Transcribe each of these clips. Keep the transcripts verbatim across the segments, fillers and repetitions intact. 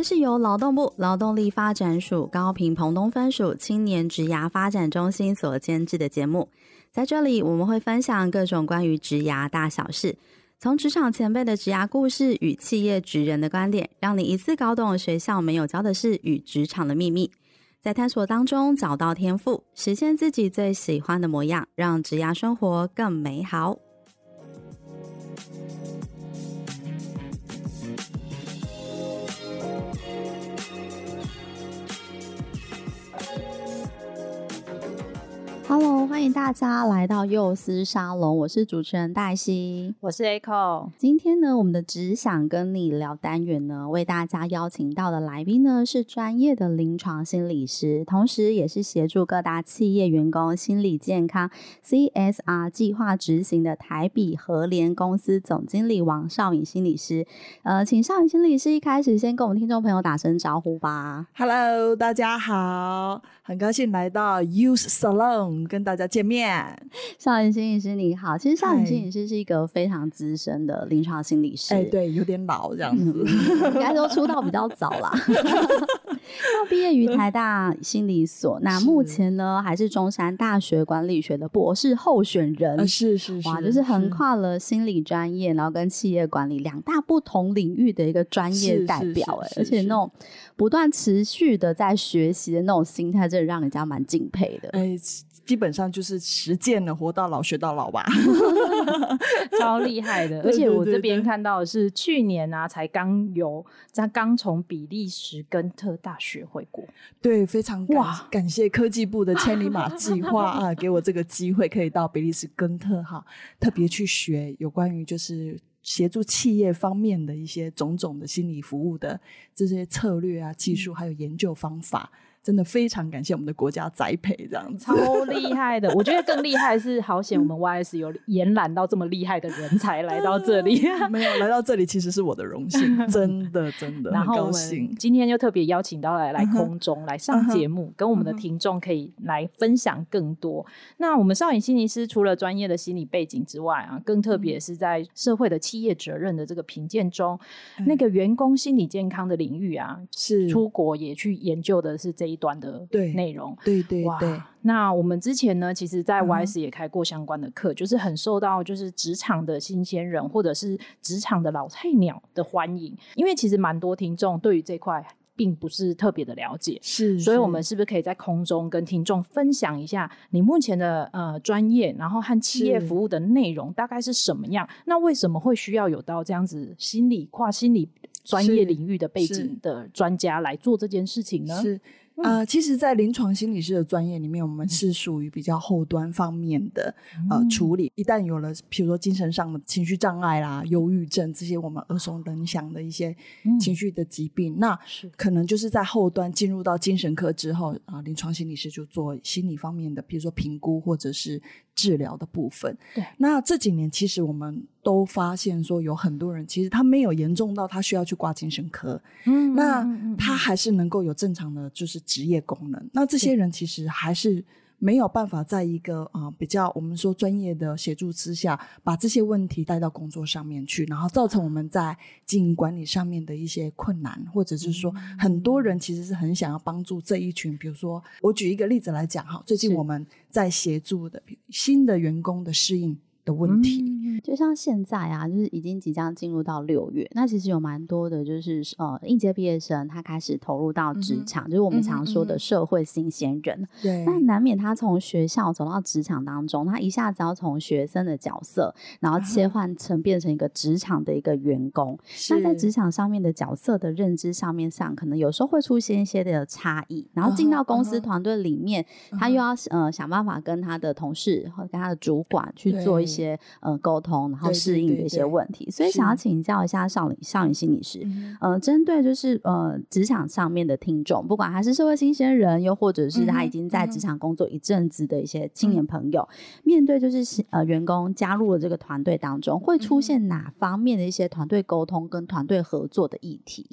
这是由劳动部劳动力发展署高屏澎东分署青年职涯发展中心所监制的节目。在这里，我们会分享各种关于职涯大小事，从职场前辈的职涯故事与企业职人的观点，让你一次搞懂学校没有教的事与职场的秘密，在探索当中找到天赋，实现自己最喜欢的模样，让职涯生活更美好。Hello， 欢迎大家来到幼思沙龙，我是主持人黛西， 我是 Echo。 今天呢，我们的只想跟你聊单元呢，为大家邀请到的来宾呢是专业的临床心理师，同时也是协助各大企业员工心理健康 C S R 计划执行的台比和联公司总经理王绍颖心理师。呃，请绍颖心理师一开始先跟我们听众朋友打声招呼吧。 Hello， 大家好，很高兴来到 Youth Salon。跟大家见面。 绍颖心理师你好。其实绍颖心理师是一个非常资深的临床心理师， 哎，对，有点老这样子， 应该说出道比较早啦。他毕业于台大心理所，那目前呢还是中山大学管理学的博士候选人。 呃、是是是， 哇，就是横跨了心理专业，然后跟企业管理两大不同领域的一个专业代表。哎，而且那种不断持续的在学习的那种心态，真的让人家蛮敬佩的。 哎，基本上就是实践了，活到老学到老吧。 超厉害的。而且我这边看到的是去年啊才刚有他刚从比利时根特大学回国。 对，非常 感, 感谢科技部的千里马计划啊，给我这个机会可以到比利时根特哈，特别去学有关于就是协助企业方面的一些种种的心理服务的这些策略啊、技术还有研究方法。真的非常感谢我们的国家栽培，这样子超厉害的。我觉得更厉害的是好险我们 Y S 有延揽到这么厉害的人才来到这里。 没有来到这里其实是我的荣幸，真的真的很高兴。 然后今天就特别邀请到来来空中、uh-huh. 来上节目、uh-huh. 跟我们的听众可以来分享更多。那我们绍颖心理师除了专业的心理背景之外啊，更特别是在社会的企业责任的这个评鉴中、嗯、那个员工心理健康的领域啊，是出国也去研究的是这一一段的内容。 对对对对。 那我们之前呢其实在 Y S 也开过相关的课、嗯、就是很受到就是职场的新鲜人或者是职场的老菜鸟的欢迎，因为其实蛮多听众对于这块并不是特别的了解， 是， 所以我们是不是可以在空中跟听众分享一下你目前的呃专业，然后和企业服务的内容大概是什么样？那为什么会需要有到这样子心理跨心理专业领域的背景的专家来做这件事情呢？ 是呃，其实在临床心理师的专业里面，我们是属于比较后端方面的、嗯、呃处理。一旦有了比如说精神上的情绪障碍啦、忧郁症这些我们耳熟能详的一些情绪的疾病、嗯、那可能就是在后端进入到精神科之后啊、呃，临床心理师就做心理方面的比如说评估或者是治疗的部分。 对， 那这几年其实我们都发现说有很多人其实他没有严重到他需要去挂精神科，嗯，那他还是能够有正常的就是职业功能。那这些人其实还是没有办法在一个呃比较我们说专业的协助之下把这些问题带到工作上面去，然后造成我们在经营管理上面的一些困难，或者是说很多人其实是很想要帮助这一群，比如说我举一个例子来讲哈，最近我们在协助的新的员工的适应的问题、 嗯、就像现在啊，就是已经即将进入到六月，那其实有蛮多的就是呃应届毕业生他开始投入到职场、嗯、就是我们常说的社会新鲜人。对、嗯，那难免他从学校走到职场当中，他一下子要从学生的角色然后切换成变成一个职场的一个员工、嗯、那在职场上面的角色的认知上面上可能有时候会出现一些的差异，然后进到公司团队里面、uh-huh. 他又要呃想办法跟他的同事或跟他的主管去做一些一些呃沟通，然后适应的一些问题。对对对对，所以想要请教一下绍颖绍颖心理师，嗯、呃，针对就是呃职场上面的听众，不管他是社会新鲜人，又或者是他已经在职场工作一阵子的一些青年朋友，嗯、面对就是呃员工加入了这个团队当中，会出现哪方面的一些团队沟通跟团队合作的议题？ 嗯，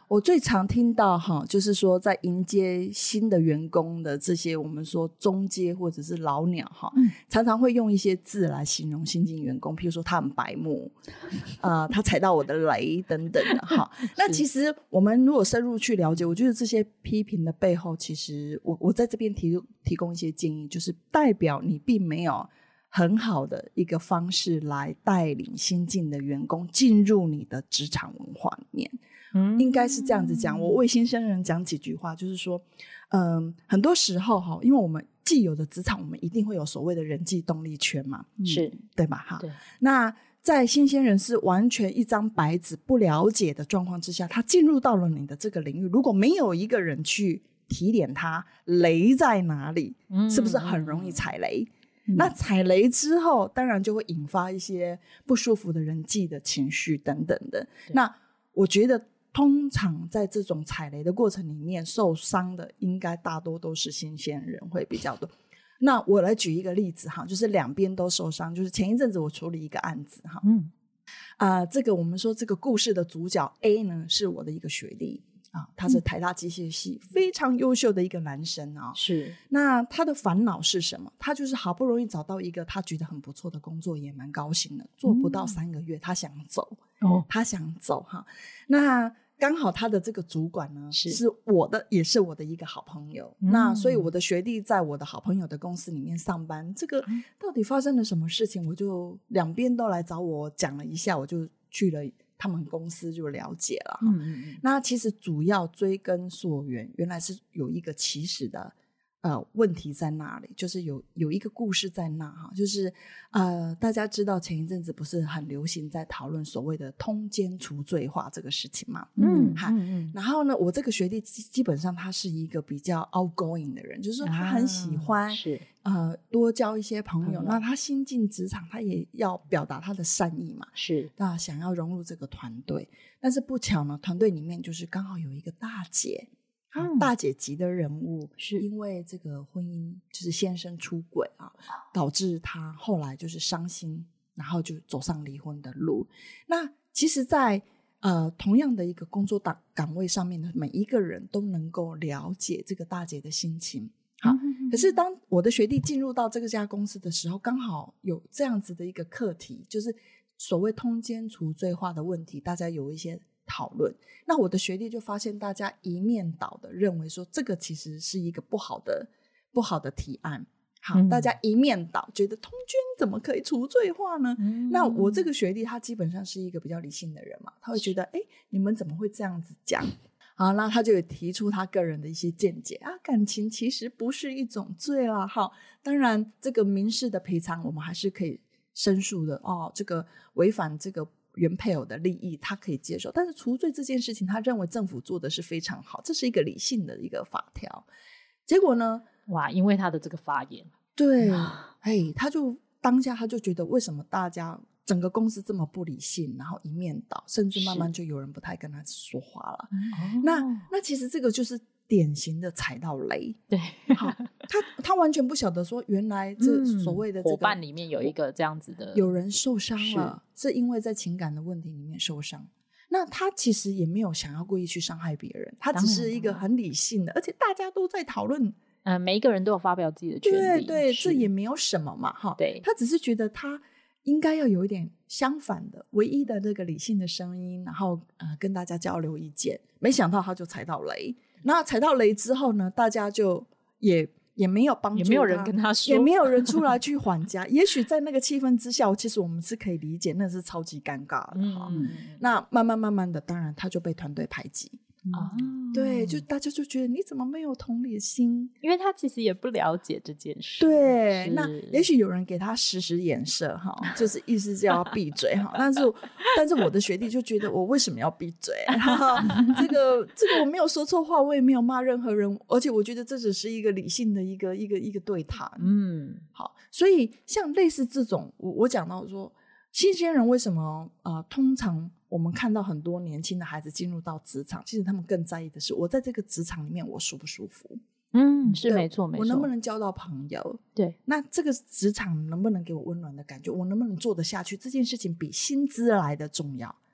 我最常听到哈，就是说在迎接新的员工的这些我们说中阶或者是老鸟哈、嗯，常常会用一些字来形容新进员工，譬如说他很白目，呃，他踩到我的雷等等的哈。那其实我们如果深入去了解，我觉得这些批评的背后，其实我我在这边提提供一些建议，就是代表你并没有很好的一个方式来带领新进的员工进入你的职场文化里面。嗯，应该是这样子讲。我为新生人讲几句话，就是说，嗯，很多时候哈，因为我们既有的职场，我们一定会有所谓的人际动力圈嘛， 是、 嗯、对吧？哈，那在新鲜人是完全一张白纸不了解的状况之下，他进入到了你的这个领域，如果没有一个人去提点他雷在哪里，嗯、是不是很容易踩雷？嗯、那踩雷之后，当然就会引发一些不舒服的人际的情绪等等的。那我觉得通常在这种踩雷的过程里面受伤的应该大多都是新鲜人会比较多。那我来举一个例子哈，就是两边都受伤。就是前一阵子我处理一个案子哈，嗯，啊、呃，这个我们说这个故事的主角 A 呢是我的一个学弟啊，他是台大机械系、嗯、非常优秀的一个男生啊。 是， 那他的烦恼是什么？他就是好不容易找到一个他觉得很不错的工作，也蛮高兴的，做不到三个月、嗯、他想走哦，他想走哈。那刚好他的这个主管呢 是, 是我的也是我的一个好朋友、嗯、那所以我的学弟在我的好朋友的公司里面上班，这个到底发生了什么事情，我就两边都来找我讲了一下，我就去了他们公司就了解了、嗯嗯嗯、那其实主要追根溯源，原来是有一个起始的呃，问题在那里，就是有有一个故事在那哈，就是呃，大家知道前一阵子不是很流行在讨论所谓的通奸除罪化这个事情嘛，嗯，哈、嗯嗯，然后呢，我这个学弟基本上他是一个比较 outgoing 的人，就是说他很喜欢、啊、是呃多交一些朋友、嗯，那他新进职场，他也要表达他的善意嘛，是，那想要融入这个团队，但是不巧呢，团队里面就是刚好有一个大姐。嗯、大姐级的人物，是因为这个婚姻就是先生出轨啊，导致她后来就是伤心，然后就走上离婚的路。那其实在呃同样的一个工作岗岗位上面的每一个人都能够了解这个大姐的心情。好、嗯，可是当我的学弟进入到这个家公司的时候，刚好有这样子的一个课题，就是所谓通奸除罪化的问题，大家有一些讨论。那我的学弟就发现大家一面倒的认为说这个其实是一个不好的不好的提案。好、嗯，大家一面倒觉得通奸怎么可以除罪化呢、嗯、那我这个学弟他基本上是一个比较理性的人嘛，他会觉得哎，你们怎么会这样子讲。好，那他就有提出他个人的一些见解啊，感情其实不是一种罪啦。好，当然这个民事的赔偿我们还是可以申诉的哦，这个违反这个原配偶的利益他可以接受，但是除罪这件事情他认为政府做的是非常好，这是一个理性的一个法条。结果呢， 哇，因为他的这个发言， 对，哎，他就当下他就觉得为什么大家整个公司这么不理性，然后一面倒，甚至慢慢就有人不太跟他说话了。那那其实这个就是典型的踩到雷。 对， 好，他他完全不晓得说原来这所谓的、这个嗯、伙伴里面有一个这样子的， 有人受伤了，是因为在情感的问题里面受伤。那他其实也没有想要故意去伤害别人，他只是一个很理性的，而且大家都在讨论， 呃，每一个人都有发表自己的权利， 对对，这也没有什么嘛，哈，对，他只是觉得他应该要有一点相反的唯一的这个理性的声音，然后呃跟大家交流意见，没想到他就踩到雷。那踩到雷之后呢，大家就也也没有帮助他， 也没有人跟他说， 也没有人出来去还价。也许在那个气氛之下，其实我们是可以理解，那是超级尴尬的哈、嗯。那慢慢慢慢的，当然他就被团队排挤。哦、对，就大家就觉得你怎么没有同理心， 因为他其实也不了解这件事。 对，那也许有人给他使使眼色哈，就是意思叫他闭嘴哈。但是但是我的学弟就觉得我为什么要闭嘴？这个这个我没有说错话，我也没有骂任何人，而且我觉得这只是一个理性的一个一个一个对谈。嗯，好，所以像类似这种，我我讲到说新鲜人为什么呃通常我们看到很多年轻的孩子进入到职场，其实他们更在意的是我在这个职场里面我舒不舒服。 嗯，是没错没错， 我能不能交到朋友，对，那这个职场能不能给我温暖的感觉，我能不能做得下去，这件事情比薪资来的重要。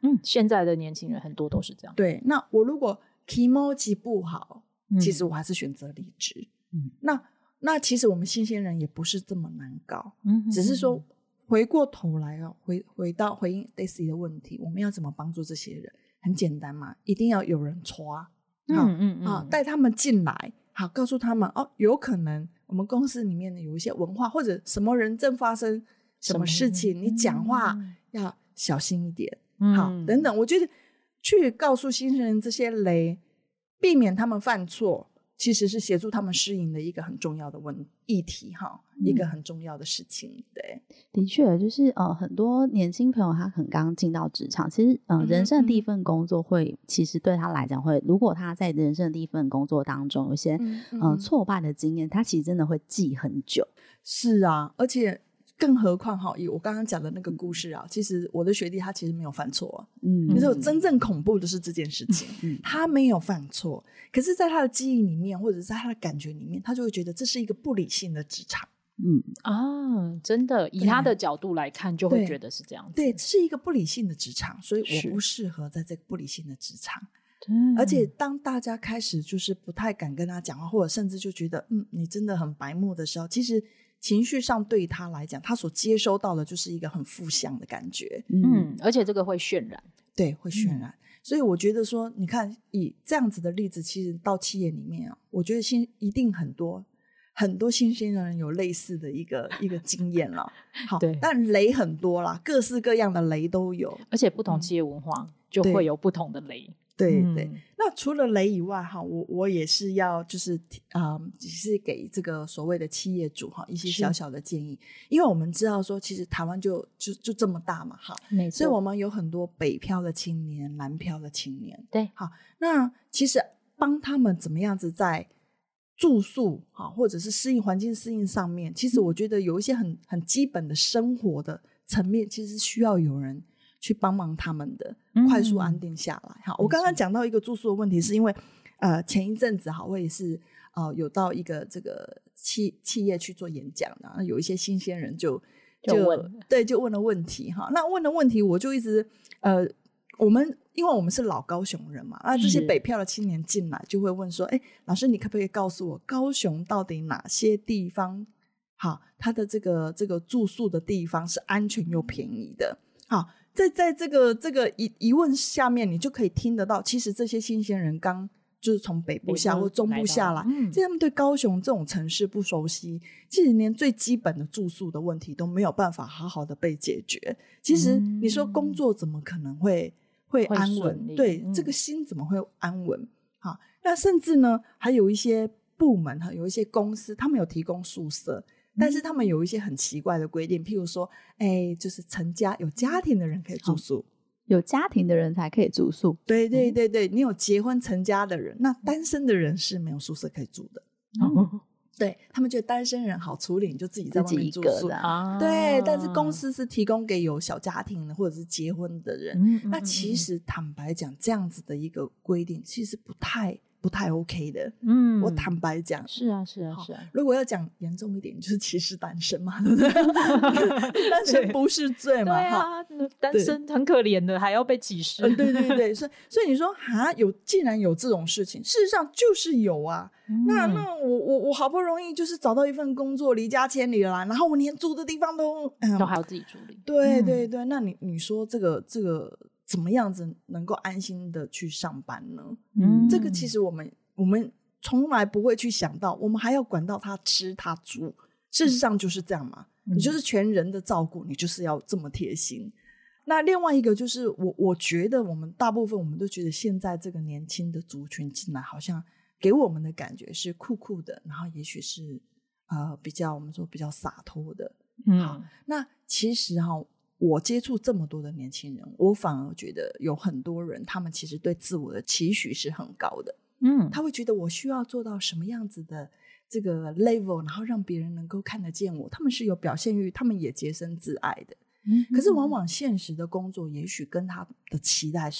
嗯，现在的年轻人很多都是这样。 对，那我如果 kimoji 不好、嗯、其实我还是选择离职、嗯、那那其实我们新鲜人也不是这么难搞、嗯、只是说回过头来、哦、回, 回到回应 Daisy 的问题，我们要怎么帮助这些人？很简单嘛，一定要有人抓，嗯嗯嗯，啊，带他们进来，好，告诉他们哦，有可能我们公司里面有一些文化或者什么人正发生什么事情，你讲话要小心一点，嗯、好，等等，我觉得去告诉新人这些雷，避免他们犯错，其实是协助他们适应的一个很重要的问议题哈、嗯，一个很重要的事情。对， 的确，就是呃，很多年轻朋友他很刚进到职场，其实呃，嗯、人生的第一份工作会，其实对他来讲会，如果他在人生的第一份工作当中有一些、嗯嗯、呃挫败的经验，他其实真的会记很久。 是啊，而且。更何况哈，以我刚刚讲的那个故事啊，其实我的学弟他其实没有犯错啊，嗯，可是真正恐怖的是这件事情，嗯，他没有犯错，可是在他的记忆里面，或者在他的感觉里面，他就会觉得这是一个不理性的职场， 嗯啊，真的，以他的角度来看，就会觉得是这样子， 对，这是一个不理性的职场，所以我不适合在这个不理性的职场。而且当大家开始就是不太敢跟他讲话，或者甚至就觉得嗯，你真的很白目的时候，其实情绪上对他来讲，他所接收到的就是一个很负向的感觉， 嗯，而且这个会渲染， 对，会渲染、嗯、所以我觉得说你看以这样子的例子，其实到企业里面啊，我觉得新一定很多很多新鲜人有类似的一个一个经验了，好，对，但雷很多啦，各式各样的雷都有， 而且不同企业文化就会有不同的雷、嗯对对、嗯，那除了雷以外哈，我我也是要就是啊、呃，只是给这个所谓的企业主哈一些小小的建议，因为我们知道说，其实台湾就就就这么大嘛，哈，没错，所以我们有很多北漂的青年、南漂的青年， 对， 好，那其实帮他们怎么样子在住宿哈，或者是适应环境适应上面，其实我觉得有一些很很基本的生活的层面，其实需要有人去帮忙他们的、嗯、快速安定下来。好，我刚刚讲到一个住宿的问题，是因为呃前一阵子好，我也是呃有到一个这个企企业去做演讲，然后有一些新鲜人就就, 就问对就问了问题哈。那问了问题，我就一直呃我们因为我们是老高雄人嘛，那这些北漂的青年进来就会问说，哎，老师你可不可以告诉我高雄到底哪些地方好，它的这个这个住宿的地方是安全又便宜的。好，在在这个这个疑疑问下面，你就可以听得到，其实这些新鲜人刚就是从北部下或中部下来，嗯，其实他们对高雄这种城市不熟悉，其实连最基本的住宿的问题都没有办法好好的被解决。其实你说工作怎么可能会会安稳？对、嗯，这个心怎么会安稳？好，那甚至呢，还有一些部门哈，有一些公司，他们有提供宿舍。但是他们有一些很奇怪的规定，譬如说，哎，就是成家有家庭的人可以住宿，哦、 有家庭的人才可以住宿。 对对对对，你有结婚成家的人，那单身的人是没有宿舍可以住的。嗯，对，他们觉得单身人好处理，你就自己在外面住宿。啊、对，但是公司是提供给有小家庭的或者是结婚的人。嗯嗯、那其实坦白讲，这样子的一个规定，其实不太。不太 OK 的，嗯，我坦白讲， 是啊，是啊，是啊。 如果要讲严重一点，就是歧视单身嘛，对不对？单身不是罪嘛， 对啊，单身很可怜的，还要被歧视。 嗯、对对对，所以所以你说哈，有既然有这种事情，事实上就是有啊。嗯、那那我我我好不容易就是找到一份工作，离家千里来，然后我连住的地方都、 嗯、都还要自己处理。 对对对，嗯、那你你说这个这个。怎么样子能够安心的去上班呢？嗯，这个其实我们我们从来不会去想到，我们还要管到他吃他住，事实上就是这样嘛。嗯、你就是全人的照顾，你就是要这么贴心。那另外一个就是我我觉得我们大部分我们都觉得现在这个年轻的族群进来，好像给我们的感觉是酷酷的，然后也许是呃比较我们说比较洒脱的。嗯，好，那其实哈、哦。我接触这么多的年轻人，我反而觉得有很多人他们其实对自我的期许是很高的。嗯，他会觉得我需要做到什么样子的这个 level， 然后让别人能够看得见我，他们是有表现欲，他们也洁身自爱的。嗯，可是往往现实的工作也许跟他的期待是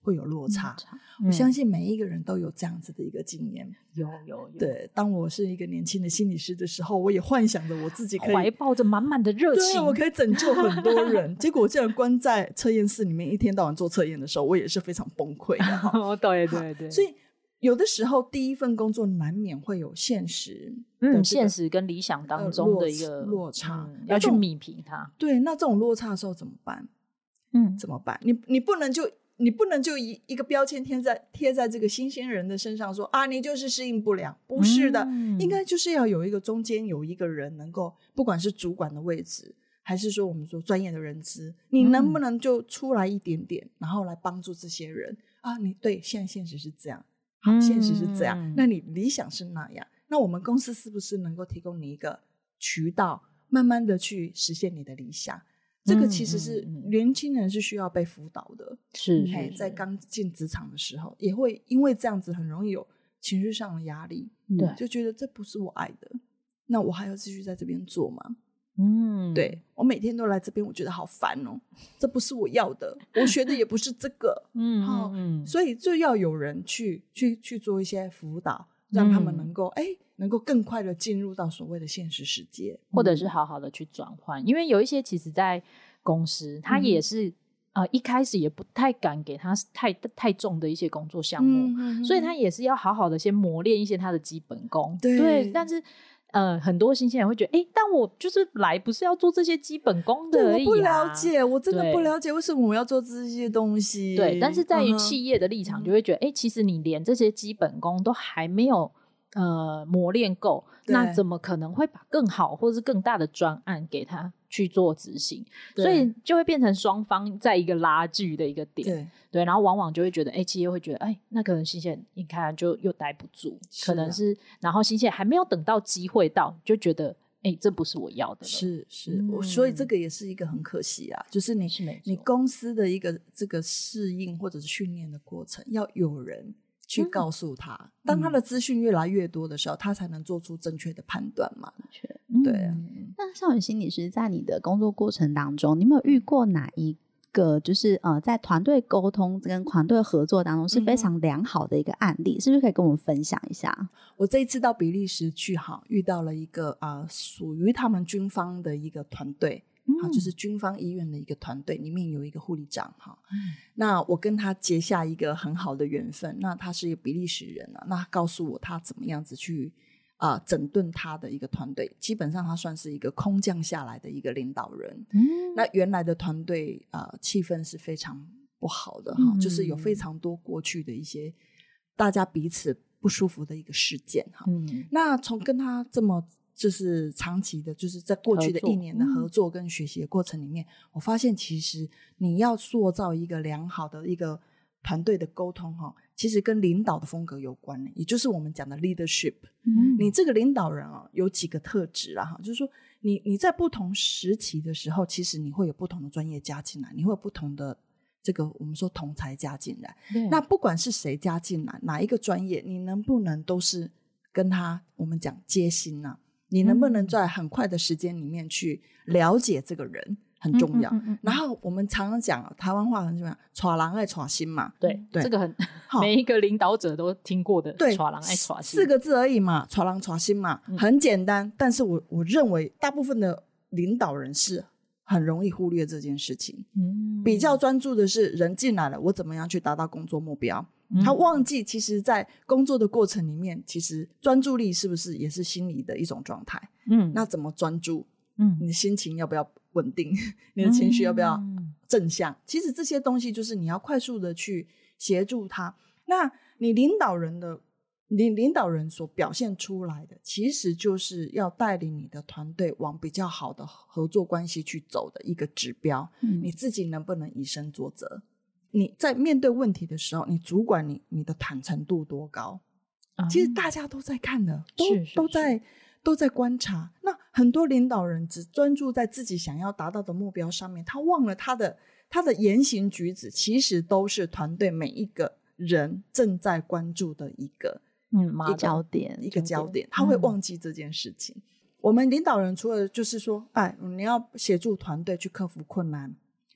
会有落差、 嗯、 我相信每一个人都有这样子的一个经验。 有有有。 对，当我是一个年轻的心理师的时候，我也幻想着我自己可以怀抱着满满的热情， 对，我可以拯救很多人结果我竟然关在测验室里面，一天到晚做测验的时候，我也是非常崩溃的对对对。 所以有的时候第一份工作难免会有现实、 这个、嗯，现实跟理想当中的一个、 呃、落差、 嗯、要去弥平它。 对，那这种落差的时候怎么办？ 嗯， 怎么办？你你不能就你不能就一一个标签贴在贴在这个新鲜人的身上说啊，你就是适应不良。不是的、嗯、应该就是要有一个中间有一个人能够，不管是主管的位置还是说我们说专业的人资，你能不能就出来一点点、嗯、然后来帮助这些人啊？你对，现在现实是这样，好、嗯、现实是这样，那你理想是那样，那我们公司是不是能够提供你一个渠道，慢慢的去实现你的理想？这个其实是年轻人是需要被辅导的， 是、 嗯、是在刚进职场的时候也会因为这样子很容易有情绪上的压力， 对、嗯， 就觉得这不是我爱的，那我还要继续在这边做吗？ 嗯， 对，我每天都来这边，我觉得好烦哦，这不是我要的，我学的也不是这个， 嗯、 哦、 嗯， 所以就要有人去去去做一些辅导，让他们能够哎、嗯，能够更快的进入到所谓的现实世界， 或者是好好的去转换、嗯、因为有一些其实在公司他也是、嗯呃、一开始也不太敢给他太太重的一些工作项目、嗯、所以他也是要好好的先磨练一些他的基本功， 对, 对，但是呃，很多新鲜人会觉得，哎，但我就是来不是要做这些基本功的而已、啊、 对，我不了解，我真的不了解为什么我要做这些东西。 对，但是在于企业的立场就会觉得，哎、嗯，其实你连这些基本功都还没有呃磨练够，那怎么可能会把更好或是更大的专案给他去做执行？所以就会变成双方在一个拉锯的一个点。对对，然后往往就会觉得，哎，企业会觉得，哎，那可能新鲜一看就又待不住，可能是，然后新鲜还没有等到机会到，就觉得，哎，这不是我要的了。 是是、嗯，所以这个也是一个很可惜啊，就是你是你公司的一个这个适应或者是训练的过程，要有人去告诉他、嗯，当他的资讯越来越多的时候、嗯、他才能做出正确的判断嘛。对啊、 嗯、那少元心理师在你的工作过程当中，你有没有遇过哪一个就是呃，在团队沟通跟团队合作当中是非常良好的一个案例、嗯、是不是可以跟我们分享一下？ 我这一次到比利时去哈，遇到了一个啊、呃，属于他们军方的一个团队、嗯、就是军方医院的一个团队，里面有一个护理长哈、嗯。那我跟他结下一个很好的缘分，那他是一个比利时人啊，那他告诉我他怎么样子去啊、呃、整顿他的一个团队，基本上他算是一个空降下来的一个领导人。嗯，那原来的团队啊、呃、气氛是非常不好的哈、嗯，就是有非常多过去的一些大家彼此不舒服的一个事件哈。嗯，那从跟他这么就是长期的，就是在过去的一年的合作跟学习的过程里面、嗯、我发现其实你要塑造一个良好的一个团队的沟通哈，其实跟领导的风格有关，也就是我们讲的 leadership、嗯、你这个领导人啊有几个特质啦哈，就是说你你在不同时期的时候，其实你会有不同的专业加进来，你会有不同的这个我们说同才加进来，那不管是谁加进来哪一个专业，你能不能都是跟他我们讲接心啊，你能不能在很快的时间里面去了解这个人很重要、嗯嗯嗯嗯、然后我们常常讲台湾话很重要，带人爱带心嘛， 对, 对这个很每一个领导者都听过的，对，带人爱带心四个字而已嘛，带人带心嘛、嗯、很简单，但是我我认为大部分的领导人是很容易忽略这件事情、嗯、比较专注的是人进来了我怎么样去达到工作目标、嗯、他忘记其实在工作的过程里面，其实专注力是不是也是心理的一种状态，嗯，那怎么专注，嗯，你的心情要不要稳定，你的情绪要不要正向、嗯、其实这些东西就是你要快速的去协助他。那你领导人的你领导人所表现出来的其实就是要带领你的团队往比较好的合作关系去走的一个指标、嗯、你自己能不能以身作则，你在面对问题的时候，你主管你你的坦诚度多高、嗯、其实大家都在看的，都是是是都在都在观察。那很多领导人只专注在自己想要达到的目标上面，他忘了他的他的言行举止其实都是团队每一个人正在关注的一个嗯一个焦点一个焦点，他会忘记这件事情、嗯、我们领导人除了就是说哎，你要协助团队去克服困难，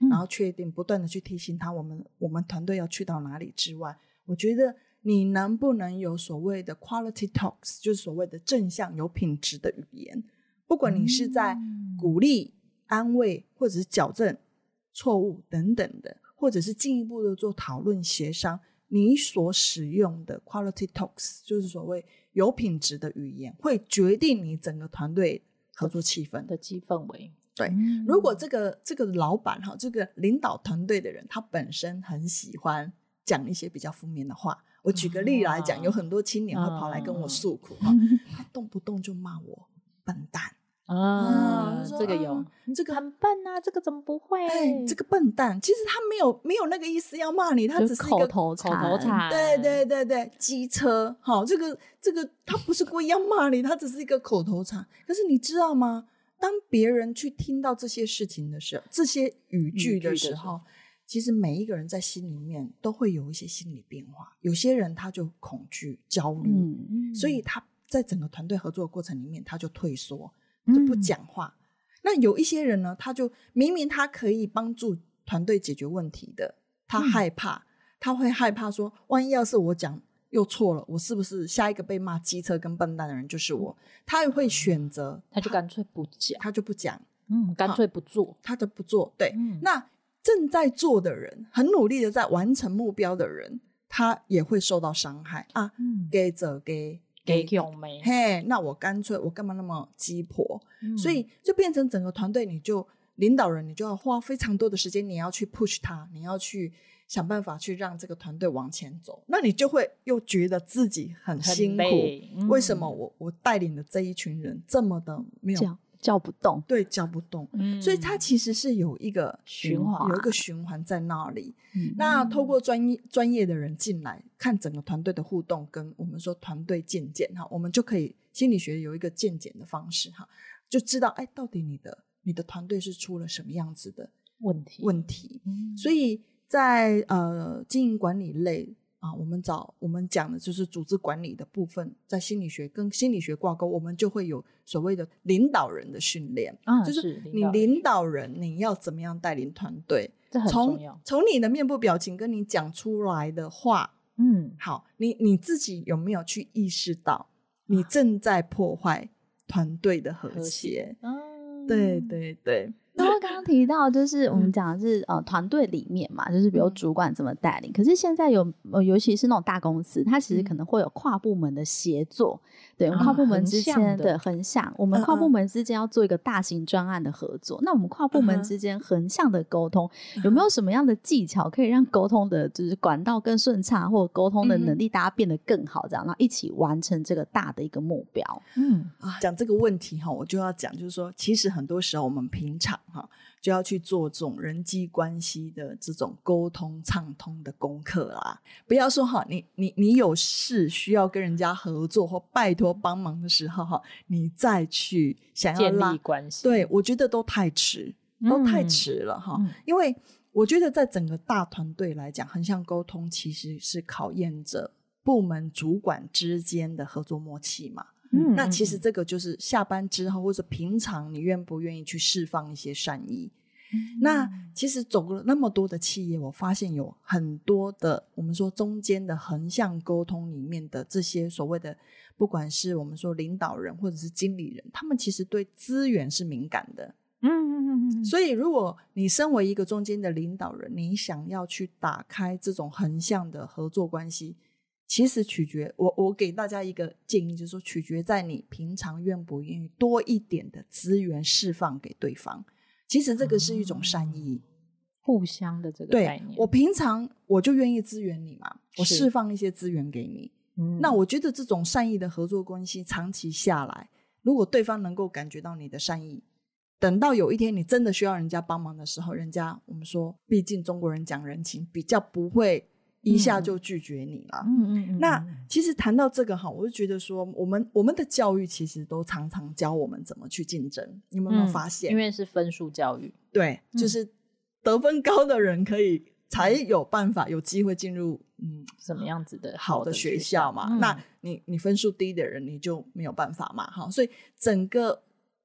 嗯、然后确定不断的去提醒他我们我们团队要去到哪里之外，我觉得你能不能有所谓的 quality talks， 就是所谓的正向有品质的语言，不管你是在鼓励、安慰或者是矫正错误等等的，或者是进一步的做讨论协商，你所使用的 quality talks 就是所谓有品质的语言，会决定你整个团队合作气氛的气氛围。 对、嗯、如果这个这个老板这个领导团队的人他本身很喜欢讲一些比较负面的话，我举个例来讲、啊、有很多青年会跑来跟我诉苦、啊、他动不动就骂我笨蛋啊，这个有、 啊、这个很笨啊，这个怎么不会、 哎、这个笨蛋其实他没有没有那个意思要骂你，他只是一个口头禅， 口头禅， 对对对对，机车好，这个这个他不是故意要骂你，他只是一个口头禅。可是你知道吗，当别人去听到这些事情的时候，这些语句的时候，其实每一个人在心里面都会有一些心理变化，有些人他就恐惧焦虑、嗯、所以他在整个团队合作的过程里面他就退缩，就不讲话、嗯、那有一些人呢，他就明明他可以帮助团队解决问题的，他害怕、嗯、他会害怕说万一要是我讲又错了，我是不是下一个被骂机车跟笨蛋的人就是我，他也会选择他就干脆不讲， 他就不讲， 嗯，干脆不做， 他就不做。对、嗯、那正在做的人，很努力的在完成目标的人，他也会受到伤害啊。嗯，给者给给勇没嘿，那我干脆我干嘛那么鸡婆、嗯、所以就变成整个团队，你就领导人你就要花非常多的时间，你要去 push 他，你要去想办法去让这个团队往前走，那你就会又觉得自己很辛苦、嗯、为什么我我带领的这一群人这么的没有叫叫不动， 对，叫不动、嗯、所以它其实是有一个循环， 有一个循环在那里、嗯、那透过专业专业的人进来看整个团队的互动，跟我们说团队渐渐哈，我们就可以心理学有一个渐渐的方式哈，就知道哎，到底你的你的团队是出了什么样子的问题问题、嗯、所以在呃经营管理类啊，我们找我们讲的就是组织管理的部分，在心理学跟心理学挂钩，我们就会有所谓的领导人的训练、 啊、 就是你领导人你要怎么样带领团队， 这很重要， 从你的面部表情跟你讲出来的话，嗯，好，你你自己有没有去意识到你正在破坏团队的和谐、嗯、对对对。 然后刚刚提到就是我们讲的是、嗯、呃团队里面嘛，就是比如主管怎么带领、嗯、可是现在有、呃、尤其是那种大公司，它其实可能会有跨部门的协作、嗯、对、啊、跨部门之间的横向，我们跨部门之间要做一个大型专案的合作、嗯、那我们跨部门之间横向的沟通、嗯、有没有什么样的技巧可以让沟通的就是管道更顺畅，或者沟通的能力大家变得更好，这样然后一起完成这个大的一个目标。 嗯，讲这个问题我就要讲，就是说其实很多时候我们平常就要去做这种人际关系的这种沟通畅通的功课啦。不要说哈，你你你有事需要跟人家合作或拜托帮忙的时候哈，你再去想要建立关系， 对，我觉得都太迟，都太迟了哈、嗯。因为我觉得在整个大团队来讲，横向沟通其实是考验着部门主管之间的合作默契嘛。嗯，那其实这个就是下班之后或者平常你愿不愿意去释放一些善意、嗯、那其实走了那么多的企业，我发现有很多的我们说中間的横向沟通里面的这些所谓的不管是我们说领导人或者是经理人，他们其实对资源是敏感的。嗯嗯嗯，所以如果你身为一个中间的领导人，你想要去打开这种横向的合作关系，其实取决我我给大家一个建议，就是说取决在你平常愿不愿意多一点的资源释放给对方。其实这个是一种善意、嗯、 互相的这个概念。 对，我平常我就愿意支援你嘛，我释放一些资源给你、嗯、那我觉得这种善意的合作关系长期下来，如果对方能够感觉到你的善意，等到有一天你真的需要人家帮忙的时候，人家我们说毕竟中国人讲人情，比较不会一下就拒绝你了。嗯嗯嗯。那其实谈到这个哈，我就觉得说，我们我们的教育其实都常常教我们怎么去竞争，你有没有发现？ 嗯、因为是分数教育， 对，就是得分高的人可以、嗯、才有办法有机会进入嗯什么样子的好的学校嘛。嗯、那你你分数低的人你就没有办法嘛。哈，所以整个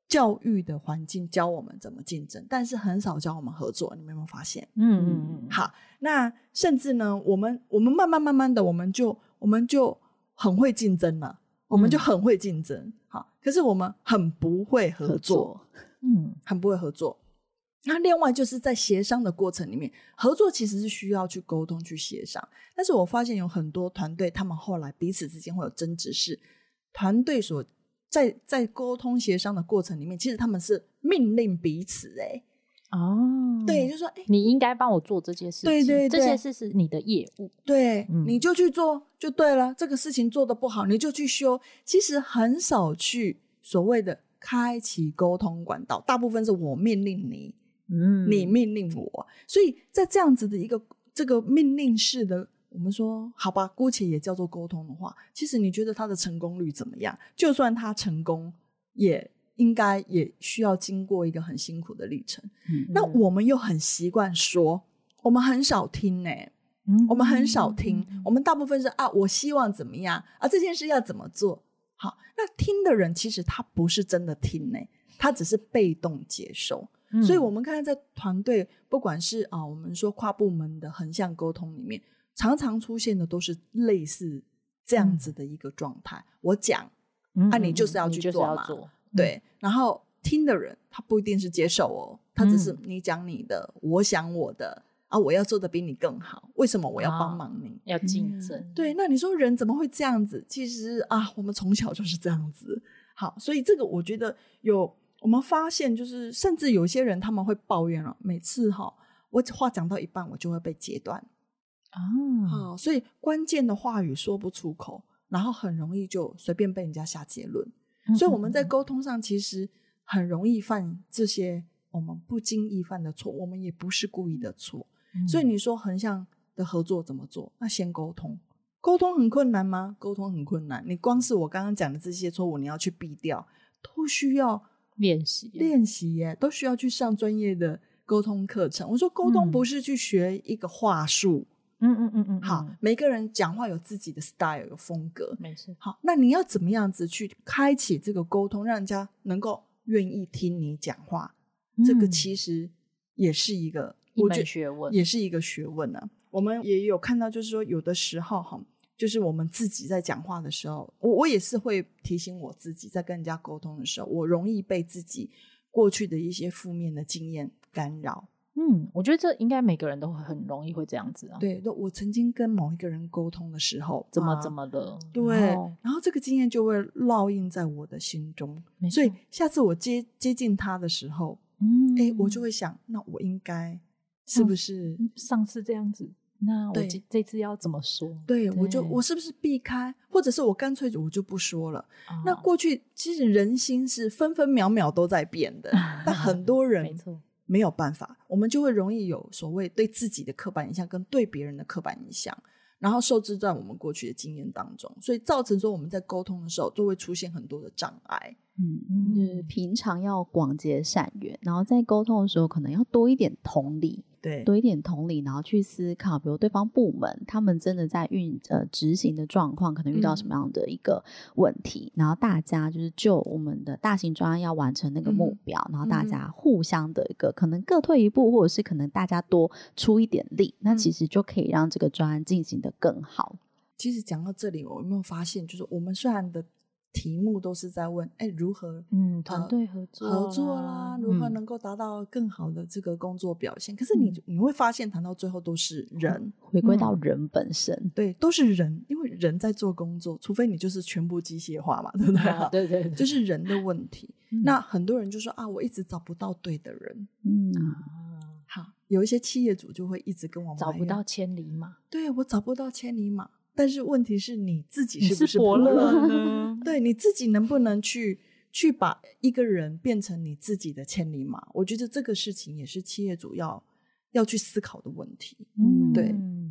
教育的环境教我们怎么竞争，但是很少教我们合作，你们有没有发现？ 嗯嗯嗯。 好，那甚至呢，我们我们慢慢慢慢的，我们就我们就很会竞争了，我们就很会竞争。嗯、好，可是我们很不会合作，合作嗯，很不会合作。那另外就是在协商的过程里面，合作其实是需要去沟通去协商，但是我发现有很多团队他们后来彼此之间会有争执，是团队所在在沟通协商的过程里面，其实他们是命令彼此哎、欸、哦，对，就是说哎、欸， 你应该帮我做这件事情， 对对对， 这些事是你的业务， 对、嗯、你就去做就对了，这个事情做得不好你就去修，其实很少去所谓的开启沟通管道，大部分是我命令你嗯，你命令我，所以在这样子的一个这个命令式的，我们说好吧，姑且也叫做沟通的话，其实你觉得它的成功率怎么样？就算它成功，也应该也需要经过一个很辛苦的历程。嗯、那我们又很习惯说，我们很少听呢、欸嗯，我们很少听，嗯、我们大部分是啊，我希望怎么样啊，这件事要怎么做？好，那听的人其实他不是真的听呢、欸，他只是被动接受。嗯、所以我们看在团队不管是啊，我们说跨部门的横向沟通里面，常常出现的都是类似这样子的一个状态、嗯、我讲、嗯、啊你就是要去做嘛，做嗯、对，然后听的人他不一定是接受哦，他只是你讲你的、嗯、我想我的啊，我要做的比你更好，为什么我要帮忙你、啊、 要竞争、嗯、 对，那你说人怎么会这样子？其实啊我们从小就是这样子。好，所以这个我觉得有我们发现就是甚至有些人他们会抱怨了，每次哈我话讲到一半我就会被截断啊、哦，所以关键的话语说不出口，然后很容易就随便被人家下结论、嗯、所以我们在沟通上其实很容易犯这些我们不经意犯的错，我们也不是故意的错、嗯、所以你说横向的合作怎么做？那先沟通，沟通很困难吗？沟通很困难，你光是我刚刚讲的这些错误你要去避掉都需要练习练习耶，都需要去上专业的沟通课程。我说沟通不是去学一个话术，嗯嗯嗯嗯，好，每个人讲话有自己的 style 有风格， 没错。 好，那你要怎么样子去开启这个沟通，让人家能够愿意听你讲话、嗯、这个其实也是一个一门学问， 也是一个学问啊。我们也有看到就是说有的时候哈，就是我们自己在讲话的时候，我我也是会提醒我自己，在跟人家沟通的时候，我容易被自己过去的一些负面的经验干扰。 嗯，我觉得这应该每个人都会很容易会这样子啊。 对，我曾经跟某一个人沟通的时候， 怎么怎么了？ 对，然后, 然后这个经验就会烙印在我的心中，所以下次我接接近他的时候，嗯，哎，我就会想，那我应该是不是、 嗯、上次这样子？那我这次要怎么说？ 对, 对我就我是不是避开，或者是我干脆我就不说了、哦、那过去其实人心是分分秒秒都在变的但很多人没错没有办法，我们就会容易有所谓对自己的刻板印象跟对别人的刻板印象，然后受制在我们过去的经验当中，所以造成说我们在沟通的时候就会出现很多的障碍。 嗯，就是平常要广结善缘，然后在沟通的时候可能要多一点同理， 对， 多一点同理，然后去思考，比如对方部门他们真的在运呃执行的状况，可能遇到什么样的一个问题，嗯、然后大家就是就我们的大型专案要完成那个目标，嗯、然后大家互相的一个可能各退一步，或者是可能大家多出一点力，那其实就可以让这个专案进行得更好。 其实讲到这里，我有没有发现，就是我们虽然的题目都是在问哎如何嗯团队合作、 呃、合作啦，如何能够达到更好的这个工作表现、嗯、可是你你会发现谈到最后都是人， 回归到人本身、嗯、 对，都是人，因为人在做工作，除非你就是全部机械化嘛，对不对、 啊、对对对， 就是人的问题、嗯、那很多人就说啊我一直找不到对的人，嗯好，有一些企业主就会一直跟我们找不到千里马， 对，我找不到千里马，但是问题是你自己是不是伯乐呢？对，你自己能不能去去把一个人变成你自己的千里马？我觉得这个事情也是企业主要要去思考的问题。嗯，对，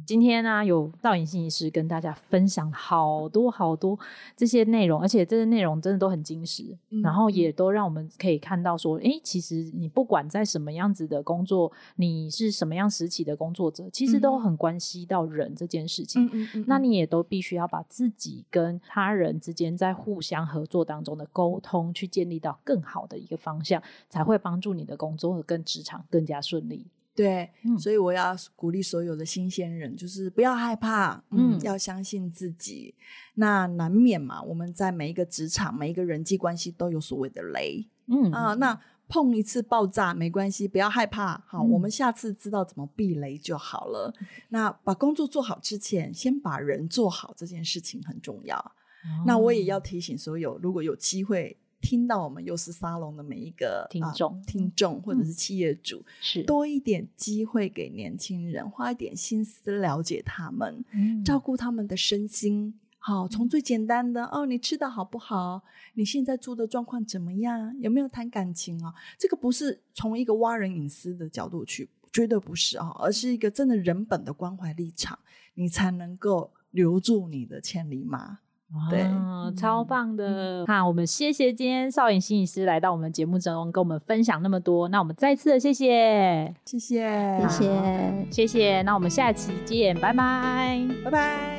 今天呢、啊，有赵颖心理师跟大家分享好多好多这些内容，而且这些内容真的都很精实、嗯、然后也都让我们可以看到说诶其实你不管在什么样子的工作，你是什么样时期的工作者，其实都很关系到人这件事情、嗯嗯嗯、那你也都必须要把自己跟他人之间在互相合作当中的沟通去建立到更好的一个方向，才会帮助你的工作跟职场更加顺利。 对、嗯、所以我要鼓励所有的新鲜人，就是不要害怕，嗯，嗯要相信自己。那难免嘛，我们在每一个职场每一个人际关系都有所谓的雷，嗯啊，那碰一次爆炸没关系，不要害怕，好、嗯、我们下次知道怎么避雷就好了。那把工作做好之前，先把人做好，这件事情很重要、哦、那我也要提醒所有如果有机会听到我们幼师沙龙的每一个听众、 啊、听众或者是企业主、嗯、是多一点机会给年轻人，花一点心思了解他们、嗯、照顾他们的身心。好，从最简单的哦，你吃的好不好？你现在住的状况怎么样？有没有谈感情哦？这个不是从一个挖人隐私的角度去，绝对不是哦，而是一个真的人本的关怀立场，你才能够留住你的千里马。对、 哦、超棒的、嗯、好，我们谢谢今天邵颖心理师来到我们节目中跟我们分享那么多，那我们再次的谢谢谢谢谢谢谢谢，那我们下期见，拜拜拜拜。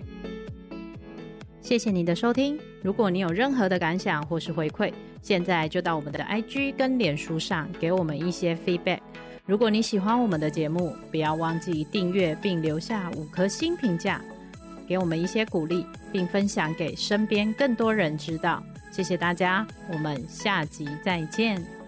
谢谢你的收听，如果你有任何的感想或是回馈，现在就到我们的 I G 跟脸书上给我们一些 feedback。 如果你喜欢我们的节目，不要忘记订阅并留下五颗星评价，给我们一些鼓励，并分享给身边更多人知道。谢谢大家，我们下集再见。